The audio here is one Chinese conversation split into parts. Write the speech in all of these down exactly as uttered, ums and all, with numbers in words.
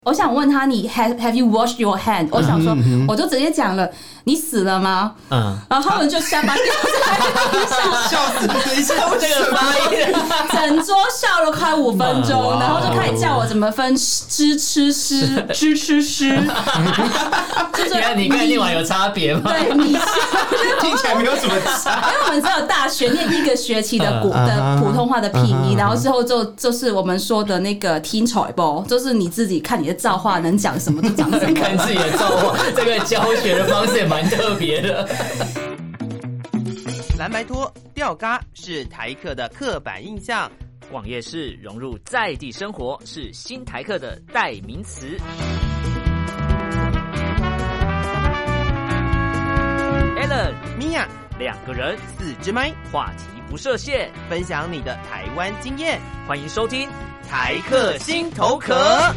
我想问他，你 have have you washed your hand？、嗯、我想说，嗯、我就直接讲了，你死了吗？嗯，然后他们就下巴掉在地上， 笑死！等一下，我这个发音， 整桌笑了快五分钟，然后就开始叫我怎么分支吃诗，支吃诗。 就是你看，你跟念完有差别吗？ 对，你听起来没有什么差， 因为我们只有大学念一个学期的古的普通话的拼音，然后之后就就是我们说的那个听彩包，就是你自己看你的造化能讲什么就讲什么， 看自己的造化，这个教学的方式也蛮特别的。 蓝白拖、吊嘎是台客的刻板印象， 逛夜市融入在地生活是新台客的代名词。Alan、 米娅两个人， 四支麦， 话题不设限， 分享你的台湾经验， 欢迎收听台客心头壳。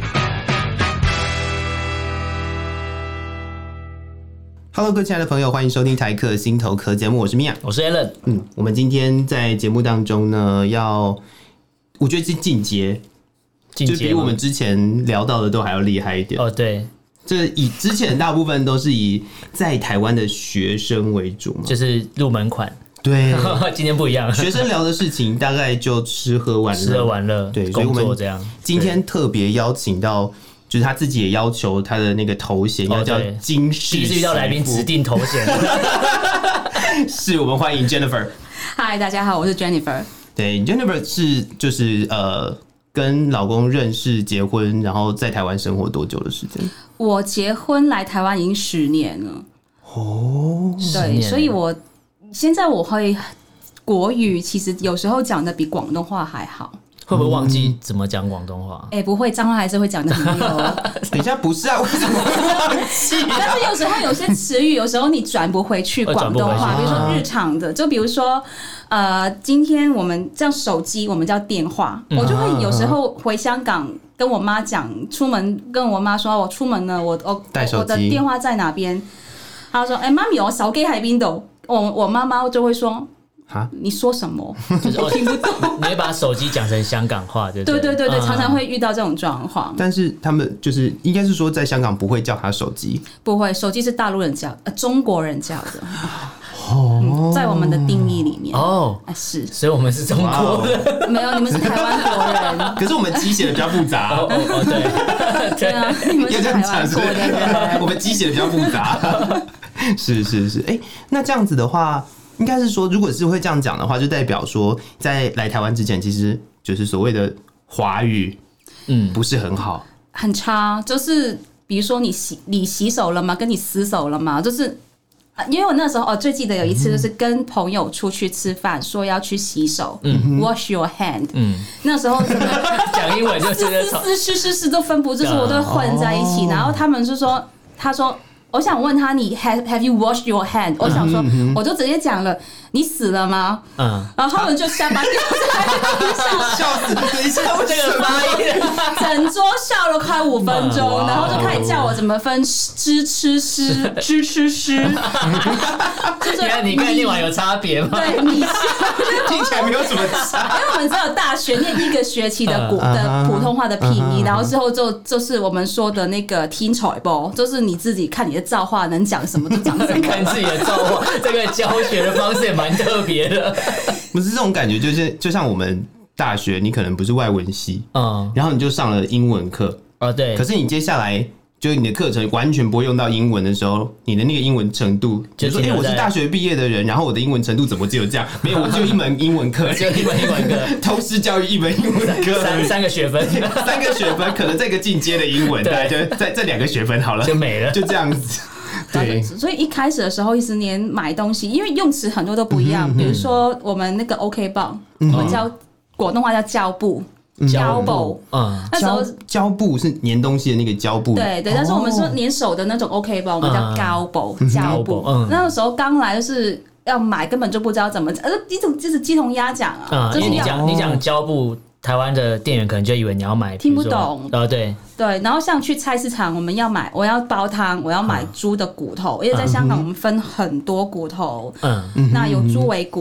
Hello， 各位亲爱的朋友，欢迎收听台客心头壳节目，我是米娅， 我是 Alan。 嗯，我们今天在节目当中呢，要我觉得是进阶， 进阶就比我们之前聊到的都还要厉害一点。 哦，对， 这以之前大部分都是以在台湾的学生为主嘛， 就是入门款。 对， 今天不一样， 学生聊的事情大概就吃喝玩乐， 吃喝玩乐， 对，所以我们这样。 今天特别邀请到。就是他自己也要求他的那个头衔要叫金氏， 第一次遇到来宾指定头衔， 是我们欢迎 Jennifer。 嗨，大家好，我是 Jennifer。 对 ，Jennifer 是就是呃跟老公认识、结婚，然后在台湾生活多久的时间？ 我结婚来台湾已经十年了。 哦， 对，所以我现在我会国语，其实有时候讲的比广东话还好。 会不会忘记怎么讲广东话？ 哎、欸，不会，脏话还是会讲的很溜。 等一下，不是啊，为什么会忘记、啊？ 但是有时候有些词语，有时候你转不回去广东话，比如说日常的，就比如说，呃，今天我们叫手机，我们叫电话，嗯、我就会有时候回香港跟我妈讲，出门跟我妈说，我出门了，我我我的电话在哪边？她说，哎、欸，妈咪，我手机喺邊度？我我妈妈就会说。你说什么？ 就是我听不懂。你会把手机讲成香港话，对不对？ 对对对对，常常会遇到这种状况。 但是他们就是应该是说，在香港不会叫他手机， 不会，手机是大陆人叫，呃，中国人叫的。哦、嗯，在我们的定义里面哦， 是， 所以我们是中国人， 没有，你们是台湾国人。 可是我们鸡血的比较复杂， 哦哦对， 对啊，你们是台湾国人， 我们鸡血的比较复杂。是是是，哎、欸，那这样子的话。应该是说，如果是会这样讲的话，就代表说，在来台湾之前，其实就是所谓的华语，嗯，不是很好， 很差。就是比如说你洗你洗手了吗？跟你洗手了吗？就是因为我那时候哦，最记得有一次就是跟朋友出去吃饭，说要去洗手、嗯、，wash your hand。嗯，那时候真的讲英文就是是是是是都分不，就是我都混在一起。然后他们就说，他说。我想问他，你 have have you washed your hand？ 我想说，我就直接讲了，你死了吗？嗯，然后他们就下巴掉在地上， 笑死！等一下，我这个发音， 整桌笑了快五分钟，然后就开始叫我怎么分支吃诗，支吃诗。 就是你看，你跟念完有差别吗？ 对，你听起来没有什么差， 因为我们只有大学念一个学期的古的普通话的拼音，然后之后就就是我们说的那个听彩包，就是你自己看你的造化能讲什么就讲什么， 看自己的造化，这个教学的方式也蛮特别的。 不是这种感觉，就是就像我们大学，你可能不是外文系，嗯，然后你就上了英文课， 哦对， 可是你接下来就是你的课程完全不会用到英文的时候，你的那个英文程度，就说哎、欸，我是大学毕业的人，然后我的英文程度怎么只有这样？没有，我只有一门英文课， 只有一门英文课， 通识教育一门英文课， 三三个学分， 三个学分，可能这个进阶的英文，大概就在这两个学分好了， 就没了， 就这样子。对， 所以一开始的时候，一直连买东西，因为用词很多都不一样。嗯、比如说我们那个 OK 棒，嗯、我们叫广东话叫胶布，胶布，嗯，那时候胶布是粘东西的那个胶布， 对对。但是我们说粘手的那种 OK 棒，我们叫胶布，胶布。嗯，那个时候刚来就是要买，根本就不知道怎么，呃，一种就是鸡同鸭讲啊， 嗯，因为你讲你讲胶布。台湾的店员可能就以为你要买， 听不懂。 哦，对对，然后像去菜市场，我们要买，我要煲汤，我要买猪的骨头，因为在香港我们分很多骨头，嗯，那有猪尾骨，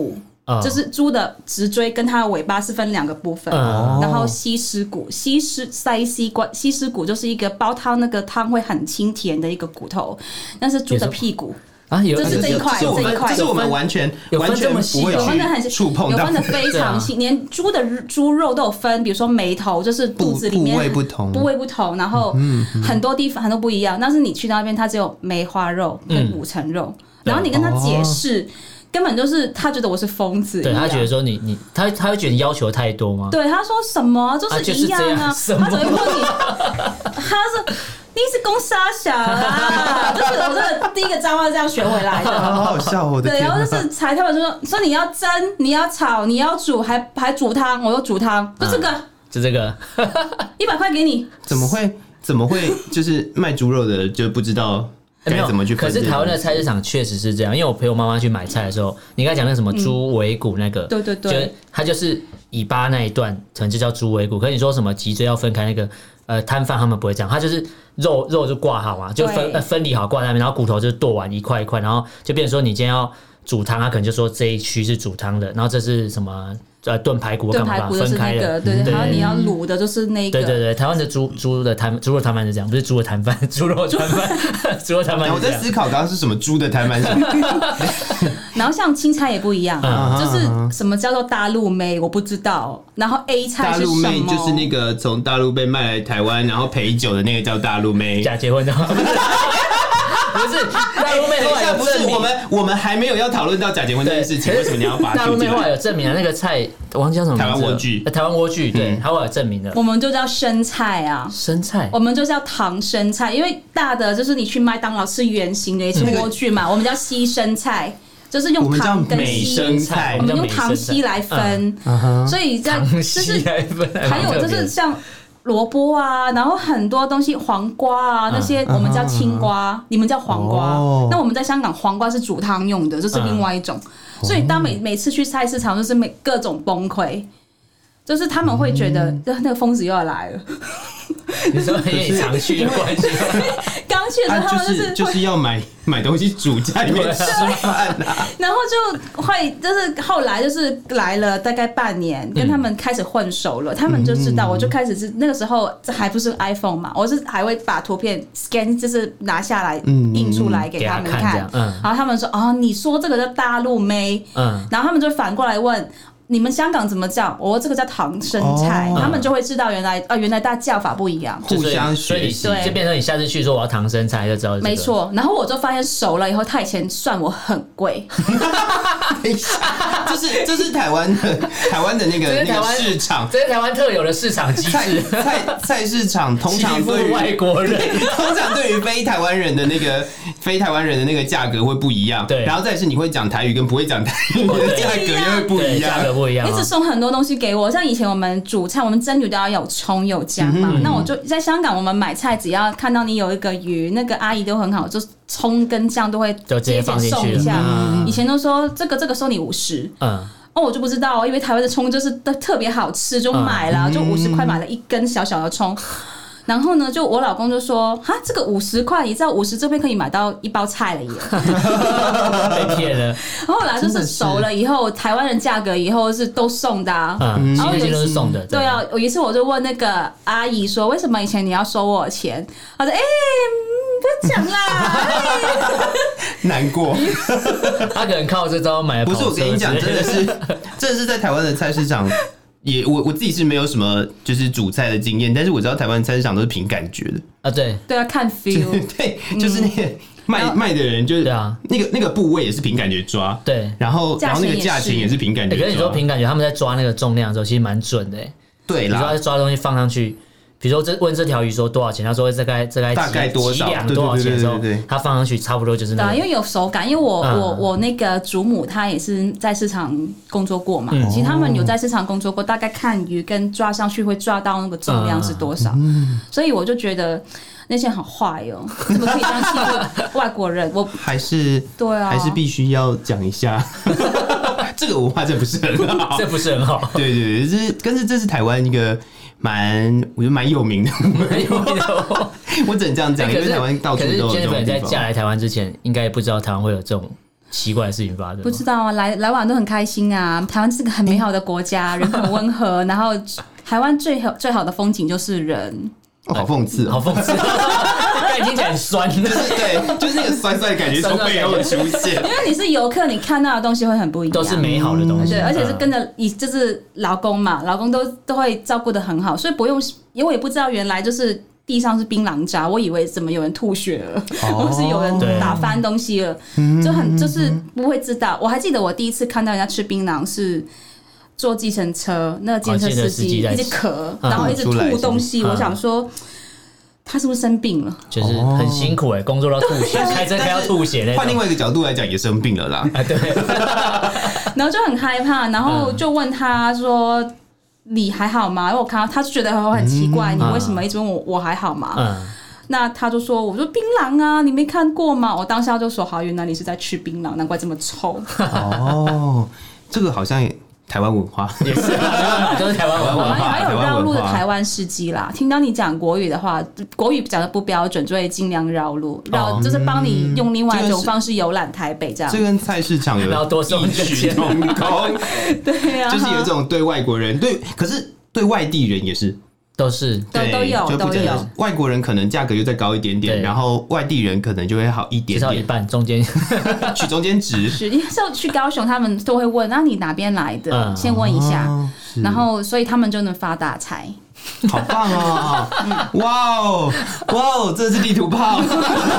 嗯、就是猪的脊椎跟它的尾巴是分两个部分，嗯、然后西施骨，西施塞西关西施骨就是一个煲汤，那个汤会很清甜的一个骨头，那是猪的屁股。 啊，有这是这一块，这一块， 这是我们完全完全不会去触碰到， 有分的非常细，连猪的猪肉都有分，比如说眉头，就是肚子里面部位不同， 部位不同，然后很多地方很多不一样。但是你去到那边，它只有梅花肉跟五层肉，然后你跟他解释。根本就是他觉得我是疯子， 对他觉得说你你他他会觉得你要求太多吗？ 对，他说什么就是一样啊， 啊就是、他只会问你，他是你是公杀小啊，就是我真的第一个脏话这样学回来的， 好好笑哦！ 对，然后就是才他们说说你要蒸，你要炒，你要煮，还还煮汤，我又煮汤，就这个，嗯、 就这个， 一百块给你， 怎么会怎么会就是卖猪肉的就不知道？该怎么去分？ 可是台湾的菜市场确实是这样，因为我陪我妈妈去买菜的时候，你刚才讲那什么猪尾骨那个， 嗯、对对对， 就它就是尾巴那一段，可能就叫猪尾骨。可是你说什么脊椎要分开那个，呃，摊贩他们不会这样，他就是肉肉就挂好嘛，就分呃分离好挂在那边，然后骨头就剁完一块一块，然后就变成说你今天要煮汤，他可能就说这一区是煮汤的，然后这是什么？呃，炖排骨干嘛分开的？ 对对，然后你要卤的就是那个。 对对对，台湾的猪猪的摊猪肉摊贩是这样，不是猪的摊贩，猪肉摊贩，猪肉摊贩。 我在思考刚刚是什么猪的摊贩。 然后像青菜也不一样，嗯、就是什么叫做大陆妹，我不知道。然后 A 菜是什么？ 大陆妹就是那个从大陆被卖来台湾，然后陪酒的那个叫大陆妹。 假结婚的。不是大陆妹后来有不是我们我们还没有要讨论到假结婚这件事情，为什么你要把大陆妹后来有证明了那个菜，我忘记叫什么名字了， 台湾莴苣， 台湾莴苣，对，它后来有证明了。 我们就叫生菜啊， 生菜， 我们就叫糖生菜，因为大的就是你去麦当劳吃圆形的也是莴苣嘛，我们叫西生菜。就是用糖跟稀，我们用糖稀来分，嗯、所以在就是还有就是像萝卜啊，然后很多东西黄瓜啊那些我们叫青瓜，嗯、你们叫黄瓜，哦、那我们在香港黄瓜是煮汤用的，这是另外一种。嗯、所以当每每次去菜市场，就是每各种崩溃，就是他们会觉得，嗯、那个疯子又要来了。 你说因为常去的关系， 刚去的时候他们就是、 啊、就是、就是要买买东西煮家里面吃饭啊， 然后就会就是后来就是来了大概半年，跟他们开始混熟了，嗯、他们就知道，我就开始是那个时候这还不是 iPhone 嘛，我是还会把图片 scan 就是拿下来印出来给他们看，嗯、然后他们说哦，你说这个叫大陆妹，嗯、然后他们就反过来问。你们香港怎么叫？我、哦、这个叫糖生菜，哦、他们就会知道原来啊，原来大家叫法不一样， 互相学习， 就变成你下次去说我要糖生菜就知道、這個。 没错，然后我就发现熟了以后，他以前算我很贵。 等一下，这是这是台湾的台湾的那个那个市场， 这是台湾特有的市场机制。 菜菜市场通常对于外国人， 通常对于非台湾人的那个非台湾人的那个价格会不一样。对，然后再是你会讲台语跟不会讲台语的价格又会不一样。 不一样、啊， 一直送很多东西给我，像以前我们煮菜，我们蒸鱼都要有葱有姜嘛。嗯、那我就在香港，我们买菜只要看到你有一个鱼，那个阿姨都很好，就葱跟酱都会直接放进去送一下。嗯、以前都说这个这个收你五十，嗯，哦我就不知道，因为台湾的葱就是特别好吃，就买了，嗯、就五十块买了一根小小的葱。然后呢，就我老公就说：“哈，这个五十块，你知道五十这边可以买到一包菜了耶。” 被骗了。 后来就是熟了以后，台湾人价格以后是都送的、啊， 嗯，然后有一次都是送的。 对啊，有一次我就问那个阿姨说：“为什么以前你要收我钱？”她说：“哎、欸，不要讲啦， 难过。” 他可能靠这招买了跑车。 不是我跟你讲，真的是，真的是在台湾的菜市场。也我我自己是没有什么就是煮菜的经验，但是我知道台湾菜市场都是凭感觉的啊，对对啊，看 feel， 对，就是那个卖、嗯、卖的人就是啊，那个那个部位也是凭感觉抓， 对， 然后然后那个价钱也是凭感觉抓、 欸。可是你说凭感觉，他们在抓那个重量的时候，其实蛮准的、欸， 对啦， 比如说他在抓东西放上去。比如说这问这条鱼说多少钱，他说大概大概大概多少两多少钱的时候，他放上去差不多就是那个。 对，因为有手感，因为我、嗯、我我那个祖母她也是在市场工作过嘛，嗯、其实他们有在市场工作过，大概看鱼跟抓上去会抓到那个重量是多少，嗯、所以我就觉得那些好坏哦，怎么可以这样欺负外国人？我还是对啊，还是必须要讲一下。这个文化这不是很好， 这不是很好。 对对对，这是但是这是台湾一个。蛮，我觉得蛮有名的，蛮有名的。我只能这样讲，因为台湾到处都有这种地方。 可是 Jennifer 在嫁来台湾之前，应该也不知道台湾会有这种奇怪的事情发生吗？ 不知道啊，来来往都很开心啊。台湾是个很美好的国家，人很温和，然后台湾最好最好的风景就是人。 哦，好讽刺、哦， 好讽刺，但听起来很酸，就是对，就是那个酸酸的感觉从背后出现。 因为你是游客，你看到的东西会很不一样， 都是美好的东西， 对，而且是跟着以就是劳工嘛，劳工都都会照顾得很好，所以不用，因为我也不知道原来就是地上是槟榔渣，我以为怎么有人吐血了，或、哦、是有人打翻东西了，就很就是不会知道。我还记得我第一次看到人家吃槟榔是。坐计程车，那个计程车司机一直咳，然后一直吐东西。我想说，他是不是生病了？ 就是很辛苦哎、欸，工作到吐血，开车开到吐血那种。 换另外一个角度来讲，也生病了啦。 对， 然后就很害怕，然后就问他说：“你还好吗？”因为我看到他就觉得我很奇怪，嗯、你为什么一直问我我还好吗？嗯。那他就说：“我说槟榔啊，你没看过吗？”我当下就说：“好，原来你是在吃槟榔，难怪这么臭。” 哦，这个好像也。台湾文化也是，都是台湾文化。 还有绕路的台湾司机啦，听到你讲国语的话，国语讲的不标准，就会尽量绕路，绕、哦、就是帮你用另外一种方式游览台北这样。 这跟菜市场有异曲同工， 对啊， 就是有一种对外国人对，可是对外地人也是。 都是都都有都有， 外国人可能价格又再高一点点，然后外地人可能就会好一点点， 至少一半中间取中间值。 是，因为去高雄，他们都会问，那、啊、你哪边来的？嗯、先问一下，哦、然后所以他们就能发大财。 好棒哦！哇哦，哇哦，这是地图炮！哇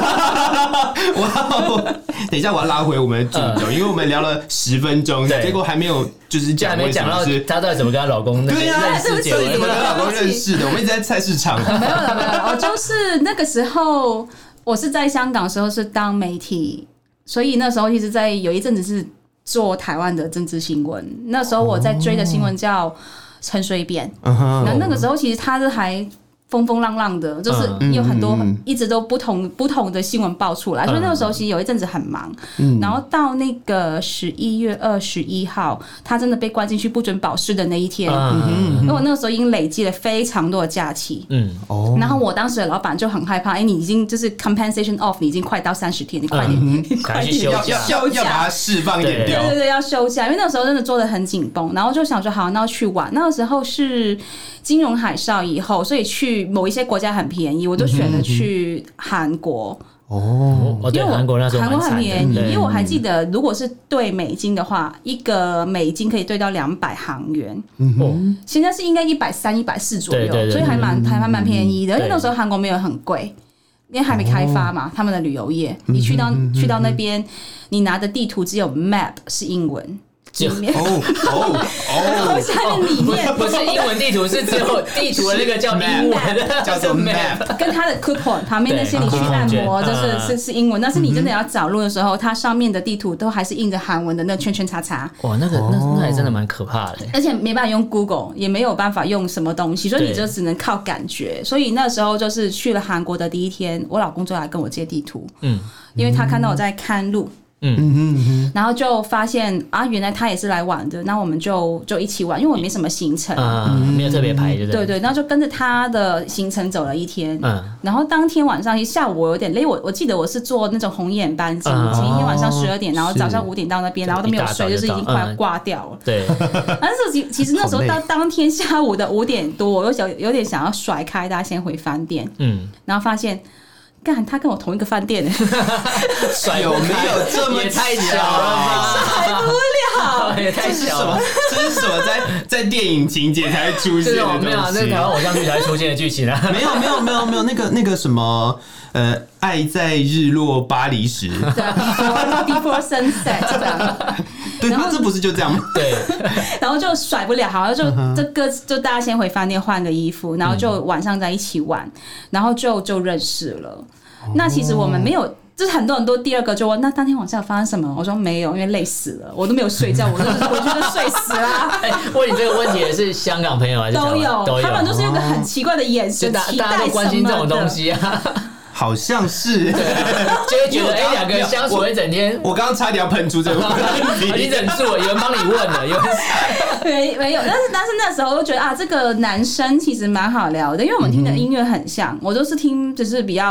哦，等一下我要拉回我们的主轴，因为我们聊了十分钟，结果还没有就是讲为什么是她到底怎么跟她老公对啊认识， 怎么跟老公认识的？我们一直在菜市场。 没有了，没有了。我就是那个时候，我是在香港的时候是当媒体，所以那时候其实在有一阵子是做台湾的政治新闻。那时候我在追的新闻叫。陈水扁，然后那个时候其实他是还风风浪浪的，就是有很多一直都不同不同的新闻爆出来，所以那个时候其实有一阵子很忙。然后到那个十一月二十一号，他真的被关进去不准保释的那一天，因为我那个时候已经累积了非常多的假期。嗯，哦。然后我当时的老板就很害怕，哎、欸，你已经就是 compensation off， 你已经快到三十天，你快点，嗯、你快点休假， 要要把它释放一点掉。 对对对，要休假，因为那个时候真的做得很紧绷。然后就想说，好，那要去玩。那个时候是金融海啸以后，所以去某一些国家很便宜，我就选了去韩国。 哦， 因为韩国那时候韩国很便宜，因为我还记得，如果是兑美金的话，一个美金可以兑到两百韩元。嗯，现在是应该一百三、一百四左右，所以还蛮还蛮便宜的。因为那时候韩国没有很贵。因为还没开发嘛，他们的旅游业，你去到去到那边，你拿的地图只有 map 是英文。里面哦哦哦，下面里面不是英文地图，是只有地图的那个叫英文的， 叫做 map， 跟它的 coupon 旁边那些你去按摩就是是是英文，但是你真的要找路的时候，它上面的地图都还是印着韩文的那圈圈叉叉。 哇，那个那那还真的蛮可怕的， 而且没办法用 Google， 也没有办法用什么东西，所以你就只能靠感觉。所以那时候就是去了韩国的第一天，我老公就来跟我借地图，嗯，因为他看到我在看路。嗯嗯，然后就发现啊，原来他也是来玩的，那我们就就一起玩，因为我没什么行程， 嗯，没有特别排，对对对，然后就跟着他的行程走了一天，嗯，然后当天晚上下午我有点累，我我记得我是坐那种红眼班机，嗯、前一天晚上十二点，然后早上五点到那边，然后都没有睡，就是已经快要挂掉了， 对。 但是其其实那时候到当天下午的五点多，我有有点想要甩开大家先回饭店，嗯，然后发现。干，他跟我同一个饭店， 甩有没有这么也太小了吧？ 甩不了， 也太小了。 这是什么？在在电影情节才会出现的东西？ 没有，那台湾偶像剧才会出现的剧情啊！ 没有，没有，没有，没有那个那个什么呃，爱在日落巴黎时， 对 ，before before sunset 这样。 对，然后这不是就这样吗？ 对， 然后就甩不了，好像就这个就大家先回饭店换个衣服，然后就晚上在一起玩，然后就就认识了。那其实我们没有，就是很多人都第二个就问，那当天晚上发生什么？我说没有，因为累死了，我都没有睡觉，我就是回去就睡死啦。 哎，问你这个问题的是香港朋友还是都有？ 都有， 他们都是用个很奇怪的眼神，期待大家都关心这种东西啊。 好像是， 就会觉得哎，两个人相处一整天， 我刚刚差点要喷出这个问题， 你忍住了，有人帮你问了，有人没没有，但是但是那时候我就觉得啊，这个男生其实蛮好聊的，因为我们听的音乐很像，我都是听就是比较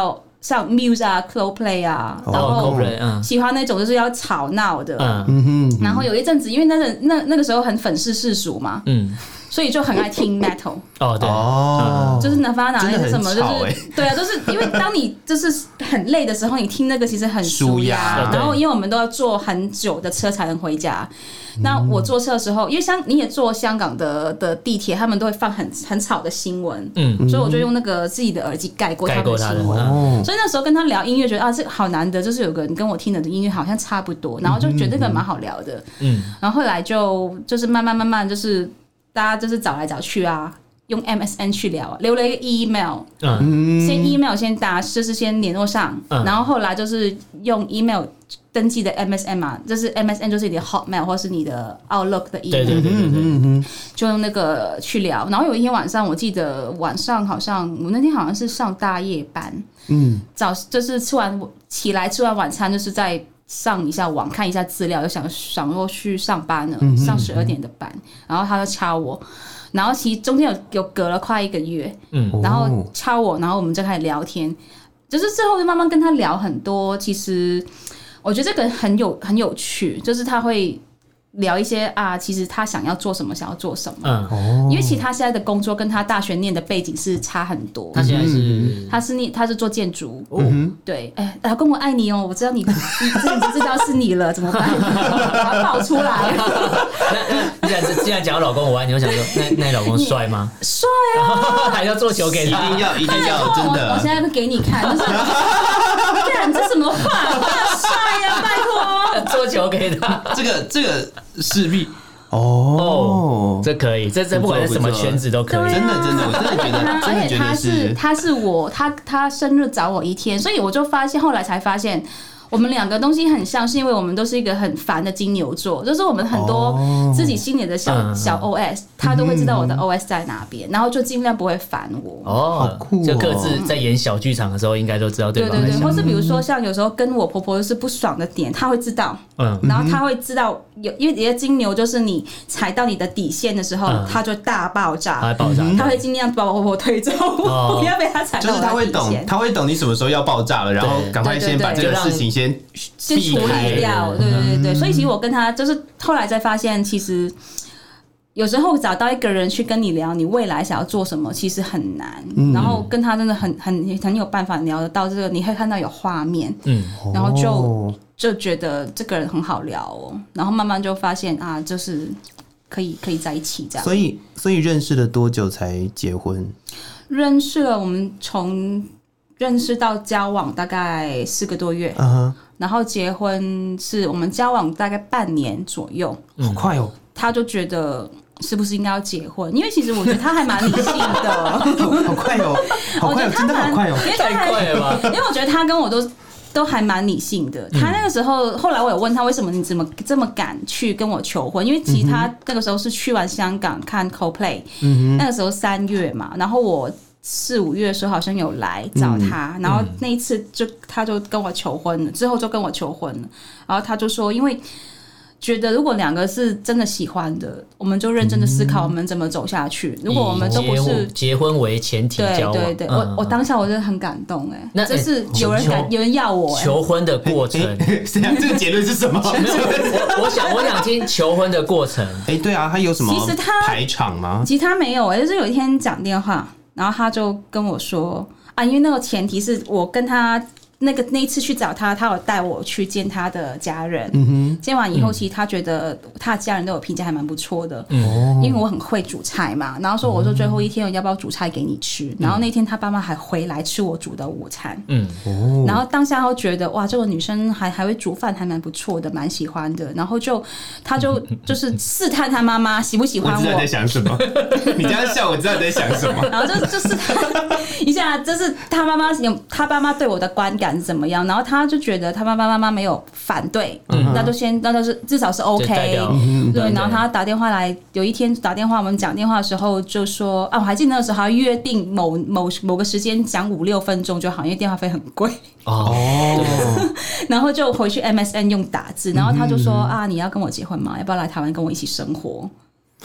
像 Muse 啊 Coldplay 啊，然后 Coldplay，嗯喜欢那种就是要吵闹的。 嗯嗯哼， 然后有一阵子，因为那个那那个时候很粉饰世俗嘛， 嗯， 所以就很爱听 metal。 哦对， 哦， 就是 Nirvana 那些什么，就真的很吵欸是对啊，就是因为当你就是很累的时候，你听那个其实很舒舒压。 压然后因为我们都要坐很久的车才能回家，那我坐车的时候，因为香你也坐香港的的地铁，他们都会放很很吵的新闻， 嗯， 所以我就用那个自己的耳机盖过他们盖过他的的新闻。 哦， 所以那时候跟他聊音乐，觉得啊，这个好难得，就是有个人跟我听的音乐好像差不多，然后就觉得这个蛮好聊的。 嗯， 然后后来就就是慢慢慢慢就是大家就是找来找去啊，用 M S N 去聊，留了一个 email， 嗯先 email 先打，就是先联络上， 嗯然后后来就是用 email 登记的 M S N 嘛，就是 M S N 就是你的 Hotmail 或是你的 Outlook 的 email， 对对对对对， 嗯就用那个去聊。然后有一天晚上，我记得晚上好像我那天好像是上大夜班， 嗯， 早就是吃完起来吃完晚餐，就是在上一下网看一下资料，就想想说去上班了，上十二点的班，然后他就敲我。然后其实中间有有隔了快一个月， 嗯然后敲我，然后我们就开始聊天，就是最后就慢慢跟他聊很多。其实我觉得这个很有很有趣，就是他会聊一些啊，其实他想要做什么，想要做什么。 嗯， 哦， 因为其实他现在的工作跟他大学念的背景是差很多。 他现在是他是念他是做建筑， 嗯对，哎、老公我爱你哦，我知道你你你不知道是你了，怎么办？把它爆出来， 那那既然既然讲到老公我爱你，我想说，那那你老公帅吗？ 帅啊！ 还要做球给一他？ 定要一定要真我我的现，在给你看，就是，干这什么话？帅呀、拜托！ 做球给他？ 这个这个势必哦， 这可以，这这不管在什么圈子都可以。 真的真的，我真的觉得， 他真的觉而且他得是他是我他他生日找我一天，所以我就发现后来才发现。我们两个东西很像，是因为我们都是一个很烦的金牛座，就是我们很多自己心里的小、 哦、 小 O S， 他都会知道我的 O S 在哪边，然后就尽量不会烦我。 哦， 好酷哦就各自在演小剧场的时候，应该都知道对对对对， 方在想或是比如说像有时候跟我婆婆是不爽的点，他会知道， 嗯然后他会知道有，因为有些金牛就是你踩到你的底线的时候， 嗯他就大爆炸， 他会爆炸， 他会尽量把我婆婆推走， 哦不要被他踩就是到我的他会懂， 底线。 他会懂你什么时候要爆炸了，然后对赶快先把这个事情先先处理掉，对对对对，所以其实我跟他就是后来才发现，其实有时候找到一个人去跟你聊你未来想要做什么，其实很难。然后跟他真的很很很有办法聊得到这个，你会看到有画面， 嗯， 然后就哦就觉得这个人很好聊哦，然后慢慢就发现啊，就是可以可以在一起这样。 所以所以认识了多久才结婚？ 认识了，我们从认识到交往大概四个多月， 嗯哼， 然后结婚是我们交往大概半年左右， 好快哦， 他就觉得是不是应该要结婚？因为其实我觉得他还蛮理性的， 好快哦，好快哦，真的好快哦因，为他太快了吧？ 因为我觉得他跟我都都还蛮理性的。他那个时候，后来我有问他为什么你怎么这么敢去跟我求婚？因为其实他那个时候是去完香港看 Coldplay，、 嗯那个时候三月嘛，然后我四五月的时候好像有来找他，然后那一次就他就跟我求婚了，之后就跟我求婚了，然后他就说因为。觉得如果两个是真的喜欢的，我们就认真的思考我们怎么走下去。如果我们都不是以结婚为前提对交往， 对对， 嗯我我当下我真的很感动哎、 那这是有人求感有人要我哎、 求婚的过程。 是啊，这个结论是什么？ 没有，我我想我想听求婚的过程。 哎，对啊，他有什么其实他排场吗？ 其实他没有哎、就是有一天讲电话，然后他就跟我说啊，因为那个前提是我跟他。那个那一次去找他，他有带我去见他的家人。嗯、见完以后，其实他觉得他的家人都有评价，还蛮不错的。 嗯、 因为我很会煮菜嘛，然后说我说最后一天我要不要煮菜给你吃？嗯、然后那天他爸妈还回来吃我煮的午餐。嗯，然后当下他觉得哇，这个女生还还会煮饭，还蛮不错的，蛮喜欢的。然后就他就就是试探他妈妈喜不喜欢我。 我知道你在想什么，你这样笑，我知道你在想什么。 然后就就是他一下，就是他妈妈有他爸妈对我的观感是怎么样，然后他就觉得他爸爸妈妈没有反对，嗯、那就先那就是至少是 OK， 嗯、 对。然后他打电话来，有一天打电话，我们讲电话的时候就说啊，我还记得那个时候还约定某某某个时间讲五六分钟就好，因为电话费很贵。 哦， 然后就回去 M S N 用打字，然后他就说啊，你要跟我结婚吗？要不要来台湾跟我一起生活？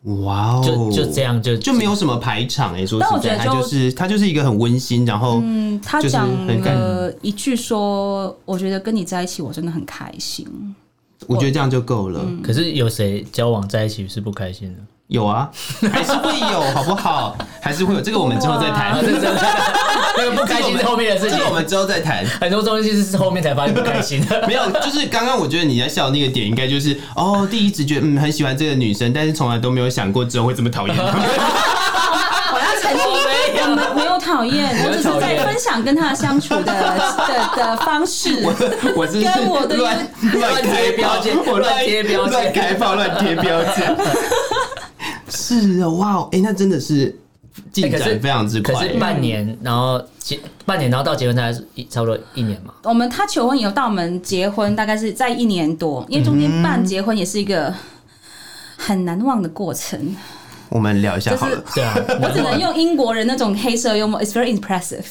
哇哦， 就就这样就就没有什么排场哎、欸，说实在， 但我觉得就他就是他就是一个很温馨，然后嗯，他就是讲很感了一句说：“我觉得跟你在一起，我真的很开心。” 我觉得这样就够了。 嗯可是有谁交往在一起是不开心的？ 有啊，还是会有，好不好？还是会有，这个我们之后再谈。 这真的，那个不开心是后面的事情这个，我们之后再谈。 很多东西是后面才发现不开心的。 没有，就是刚刚我觉得你在笑的那个点，应该就是哦，第一直觉得嗯很喜欢这个女生，但是从来都没有想过之后会这么讨厌她。 我要澄清，我们没有讨厌，我只是在分享跟他相处的的的方式。 我我是跟我的乱乱贴标签我乱贴标签乱开炮，乱贴标签。是哦，哇哦，哎，那真的是进展非常之快。 可是半年，然后结半年，然后到结婚才差不多一年嘛。 我们他求婚以后到我们结婚大概是在一年多，因为中间办结婚也是一个很难忘的过程。 我们聊一下好了。 对啊， 我只能用英国人那种黑色幽默 ，It's very impressive。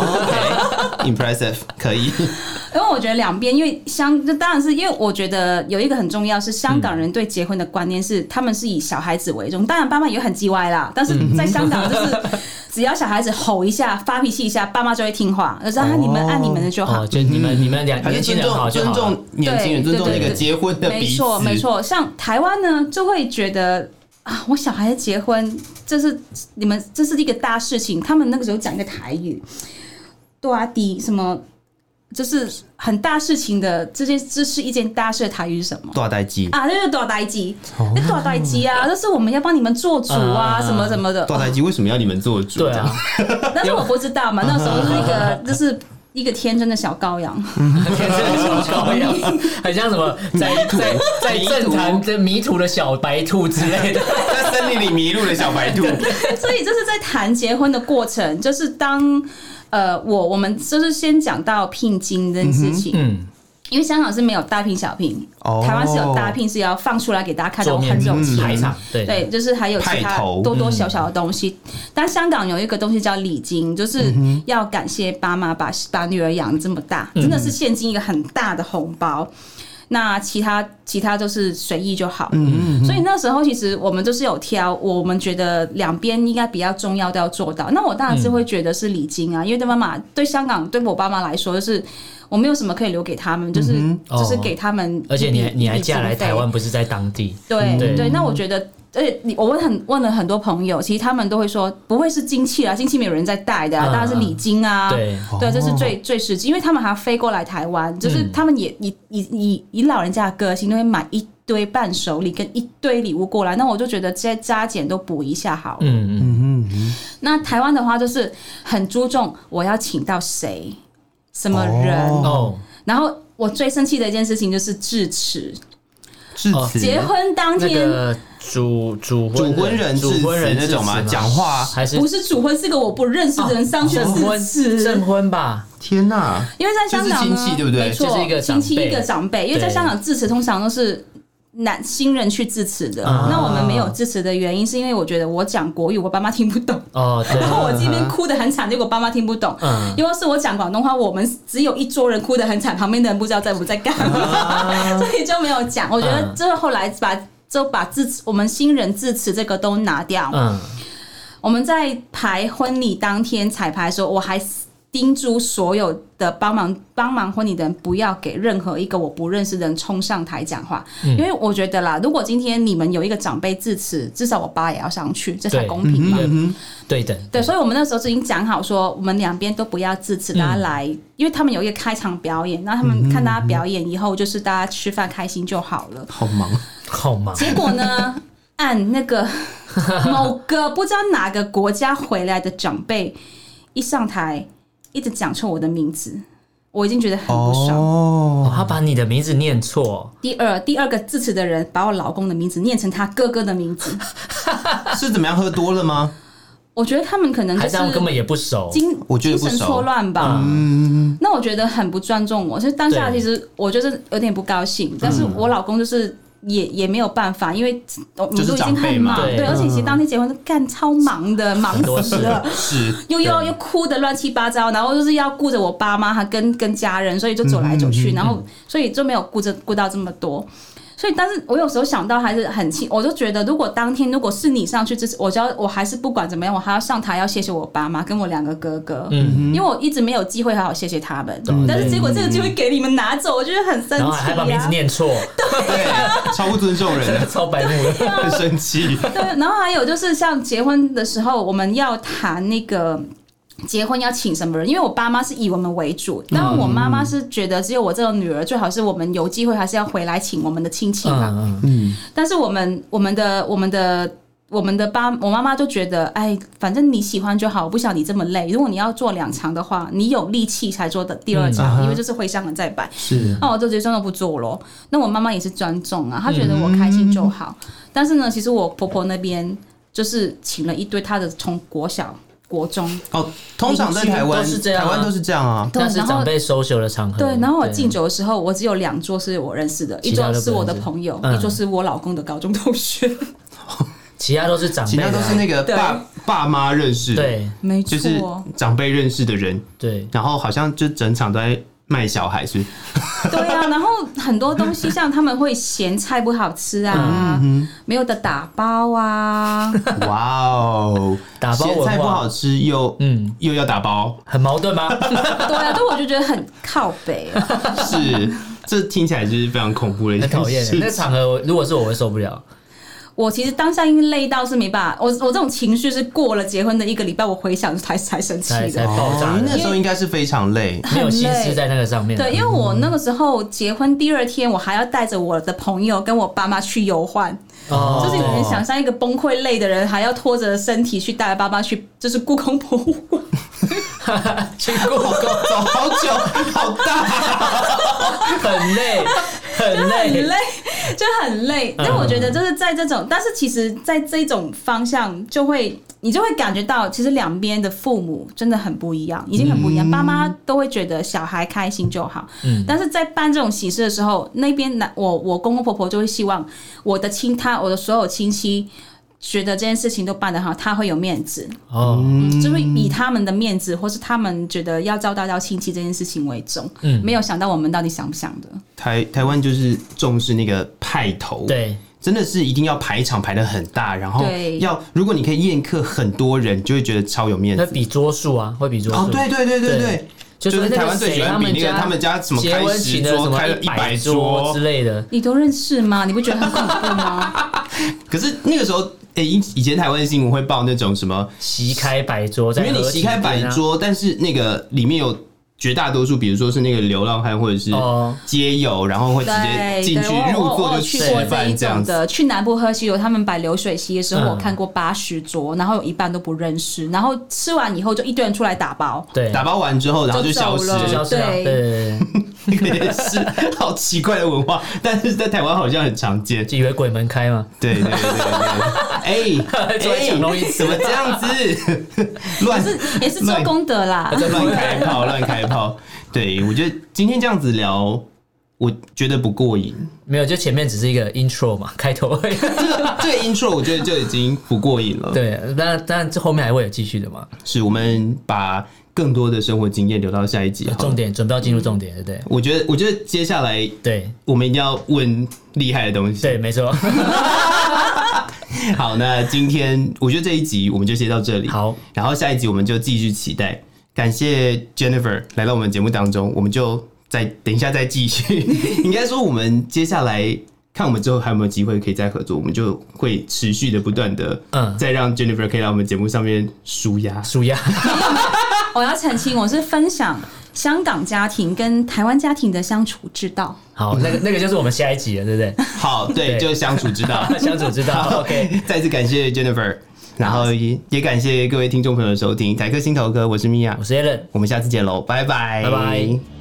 OK，impressive， 可以。 因为我觉得两边，因为香，这当然是因为我觉得有一个很重要是香港人对结婚的观念是，他们是以小孩子为重。当然，爸妈也很叽歪啦，但是在香港就是只要小孩子吼一下、发脾气一下，爸妈就会听话，就是啊，你们按你们的就好。 哦，就你们你们两年轻人好就好， 尊重年轻人，尊重那个结婚的彼此。 没错，没错。像台湾呢，就会觉得。啊！我小孩结婚，这是你们，这是一个大事情。他们那个时候讲一个台语，多啊迪什么，就是很大事情的。这件这是一件大事的台语是什么？ 大代机啊，就是大代机，那大代机啊，这是我们要帮你们做主啊，什么什么的。 大代机为什么要你们做主？ 对啊， 但是我不知道嘛，那时候是一个就是。一个天真的小羔羊， 天真的小羔羊，很像什么在在在政坛的迷途的小白兔之类的， 在森林里迷路的小白兔。 所以这是在谈结婚的过程，就是当呃我我们就是先讲到聘金这件事情，嗯。因为香港是没有大聘小聘，哦、台湾是有大聘，是要放出来给大家看到很有钱， 嗯、对对，就是还有其他多多小小的东西。嗯、但香港有一个东西叫礼金，就是要感谢爸妈把把女儿养这么大，真的是现金一个很大的红包。那其他其他都是随意就好，嗯，所以那时候其实我们就是有挑，我们觉得两边应该比较重要都要做到。那我当然是会觉得是礼金啊，因为对妈妈对香港对我爸妈来说，就是我没有什么可以留给他们，就是、嗯、就是给他们。 而且你还你还嫁来台湾，不是在当地， 对 对, 对。那我觉得。而且我问很问了很多朋友，其实他们都会说不会是经期啦，经期没有人在带的、啊，嗯、当然是礼金啊， 对对，这是最最实际，因为他们还要飞过来台湾，就是他们也以以以以老人家的个性，都会买一堆伴手礼跟一堆礼物过来，那我就觉得这些加减都补一下好了。嗯嗯嗯。那台湾的话就是很注重我要请到谁、什么人，哦、然后我最生气的一件事情就是致辞。结婚当天， 那个主主主婚人致辞那种吗？讲话还是不是主婚？是个我不认识的人上去致辞， 证婚吧？ 天哪！ 因为在香港呢， 就是亲戚对不对？ 没错， 就是一个亲戚一个长辈。因为在香港致辞通常都是男新人去致辞的，啊、那我们没有致辞的原因，是因为我觉得我讲国语，我爸妈听不懂。哦，对。然后我这边哭得很惨，结果爸妈听不懂。嗯。因为是我讲广东话，我们只有一桌人哭得很惨，旁边的人不知道在不在干嘛，啊、所以就没有讲。我觉得这后来把就把致辞，我们新人致辞这个都拿掉。嗯。我们在排婚礼当天彩排的时候，我还叮嘱所有的帮忙帮忙婚礼的人，不要给任何一个我不认识的人冲上台讲话，嗯、因为我觉得啦，如果今天你们有一个长辈致辞，至少我爸也要上去，这才公平嘛。 嗯、对的， 对，所以我们那时候就已经讲好说，我们两边都不要致辞，大家来，嗯、因为他们有一个开场表演，然后他们看大家表演以后，就是大家吃饭开心就好了。 好忙， 好忙。 结果呢，按那个某个不知道哪个国家回来的长辈一上台。一直讲错我的名字，我已经觉得很不爽。 哦，他把你的名字念错。 第二，第二个致辞的人把我老公的名字念成他哥哥的名字， 是怎么样？喝多了吗？ 我觉得他们可能就是还是根本也不熟， 精精神错乱吧。嗯，那我觉得很不尊重我，所以当下其实我就是有点不高兴，但是我老公就是。也也没有办法，因为我们都已经很忙，对，而且其实当天结婚干超忙的，忙死了， 是又又又哭的乱七八糟，然后就是要顾着我爸妈，还跟跟家人，所以就走来走去，嗯、然后所以就没有顾着顾到这么多。 所以，但是我有时候想到还是很气，我就觉得如果当天如果是你上去支持，我就要我还是不管怎么样，我还要上台要谢谢我爸妈跟我两个哥哥，嗯，因为我一直没有机会好好谢谢他们，嗯、但是结果这个机会给你们拿走，我觉得很生气、啊， 然后还把名字念错， 对，超不尊重人的， 超白目的， 很生气。 对，然后还有就是像结婚的时候，我们要谈那个。结婚要请什么人？因为我爸妈是以我们为主，但我妈妈是觉得只有我这个女儿最好是我们有机会还是要回来请我们的亲戚嘛。嗯嗯。但是我们我们的我们的我们的爸，我妈妈就觉得，哎，反正你喜欢就好，我不想你这么累。如果你要做两场的话，你有力气才做的第二场，嗯、因为就是回香港再摆。 是。 那我就直接真的不做咯。那我妈妈也是尊重啊，她觉得我开心就好。嗯、但是呢，其实我婆婆那边就是请了一堆她的从国小。国中哦，通常在台湾、啊、台湾都是这样啊， 那是长辈 social 的场合。 对，然后我敬酒的时候，我只有两桌是我认识的，一桌是我的朋友，嗯、一桌是我老公的高中同学。 其他都是长辈， 其他都是那个爸爸妈认识的， 对， 没错， 就是长辈认识的人。 对， 然后好像就整场都在卖小孩，是不是？ 对啊，然后很多东西像他们会嫌菜不好吃啊，嗯、没有的打包啊。 哇哦， 打包嫌菜不好吃又嗯又要打包， 很矛盾吗？ 对啊，但我就觉得很靠北啊。 是，这听起来就是非常恐怖的一件事。 很讨厌，那场合如果是我会受不了。 我其实当下因为累到是没办法，我我这种情绪是过了结婚的一个礼拜，我回想才才生气的， 才爆炸。 哦、那时候应该是非常累， 没有心思在那个上面。 对，因为我那个时候结婚第二天，我还要带着我的朋友跟我爸妈去游玩。哦，就是你能想象一个崩溃累的人，还要拖着身体去带爸妈去，就是故宫博物馆。 去故宫走好久，好大， 很累，很累， 很累，就很累。但我觉得就是在这种，但是其实在这种方向，就会你就会感觉到，其实两边的父母真的很不一样，已经很不一样。嗯、爸妈都会觉得小孩开心就好，嗯、但是在办这种喜事的时候，那边我我公公婆婆就会希望我的亲他我的所有亲戚。觉得这件事情都办得好，他会有面子哦、嗯，就会以他们的面子，或是他们觉得要招待到亲戚这件事情为重。嗯，没有想到我们到底想不想的。 台台湾就是重视那个派头， 对， 真的是一定要排场排得很大，然后要如果你可以宴客很多人，就会觉得超有面子。 会比桌数啊，会比桌数。 哦，对对对对对。对就是台湾最喜欢比那个他们家什么开十桌、开了一百桌之类的， 你都认识吗？你不觉得很恐怖吗？ 可是那个时候，欸、以前台湾新闻会报那种什么席开百桌， 因为你席开百桌，但是那个里面有。绝大多数，比如说是那个流浪汉或者是街友，然后会直接进去入座就吃饭这样子。 去南部喝喜酒，他们摆流水席的时候，我看过八十桌，然后有一半都不认识，然后吃完以后就一堆人出来打包， 对， 打包完之后然后就消失， 就消失了，对对对，那个也是好奇怪的文化，但是在台湾好像很常见， 就以为鬼门开嘛， 对对对对，哎，坐在抢东西怎么这样子？乱也是做功德啦， 乱开炮，乱开炮。对，我觉得今天这样子聊，我觉得不过瘾。 没有，就前面只是一个 intro 嘛，开头而已。 这个这个 intro 我觉得就已经不过瘾了。 对，但但这后面还会有继续的嘛？ 是我们把更多的生活经验留到下一集。 重点准备要进入重点，对不对？ 我觉得，我觉得接下来对， 我们一定要问厉害的东西。 对，没错。 好，那今天我觉得这一集我们就先到这里。 好， 然后下一集我们就继续期待。感谢 Jennifer 来到我们节目当中，我们就再等一下再继续。应该说，我们接下来看我们之后还有没有机会可以再合作，我们就会持续的不断的，嗯，再让 Jennifer 可以来我们节目上面抒压抒压。 我要澄清，我是分享香港家庭跟台湾家庭的相处之道。 好，那个那个就是我们下一集了，对不对？ 好，对，就是相处之道， 相处之道。OK， 再次感谢 Jennifer。然后也感谢各位听众朋友的收听，台客心头壳，我是米娅， 我是 Alan， 我们下次见喽，拜拜， 拜拜。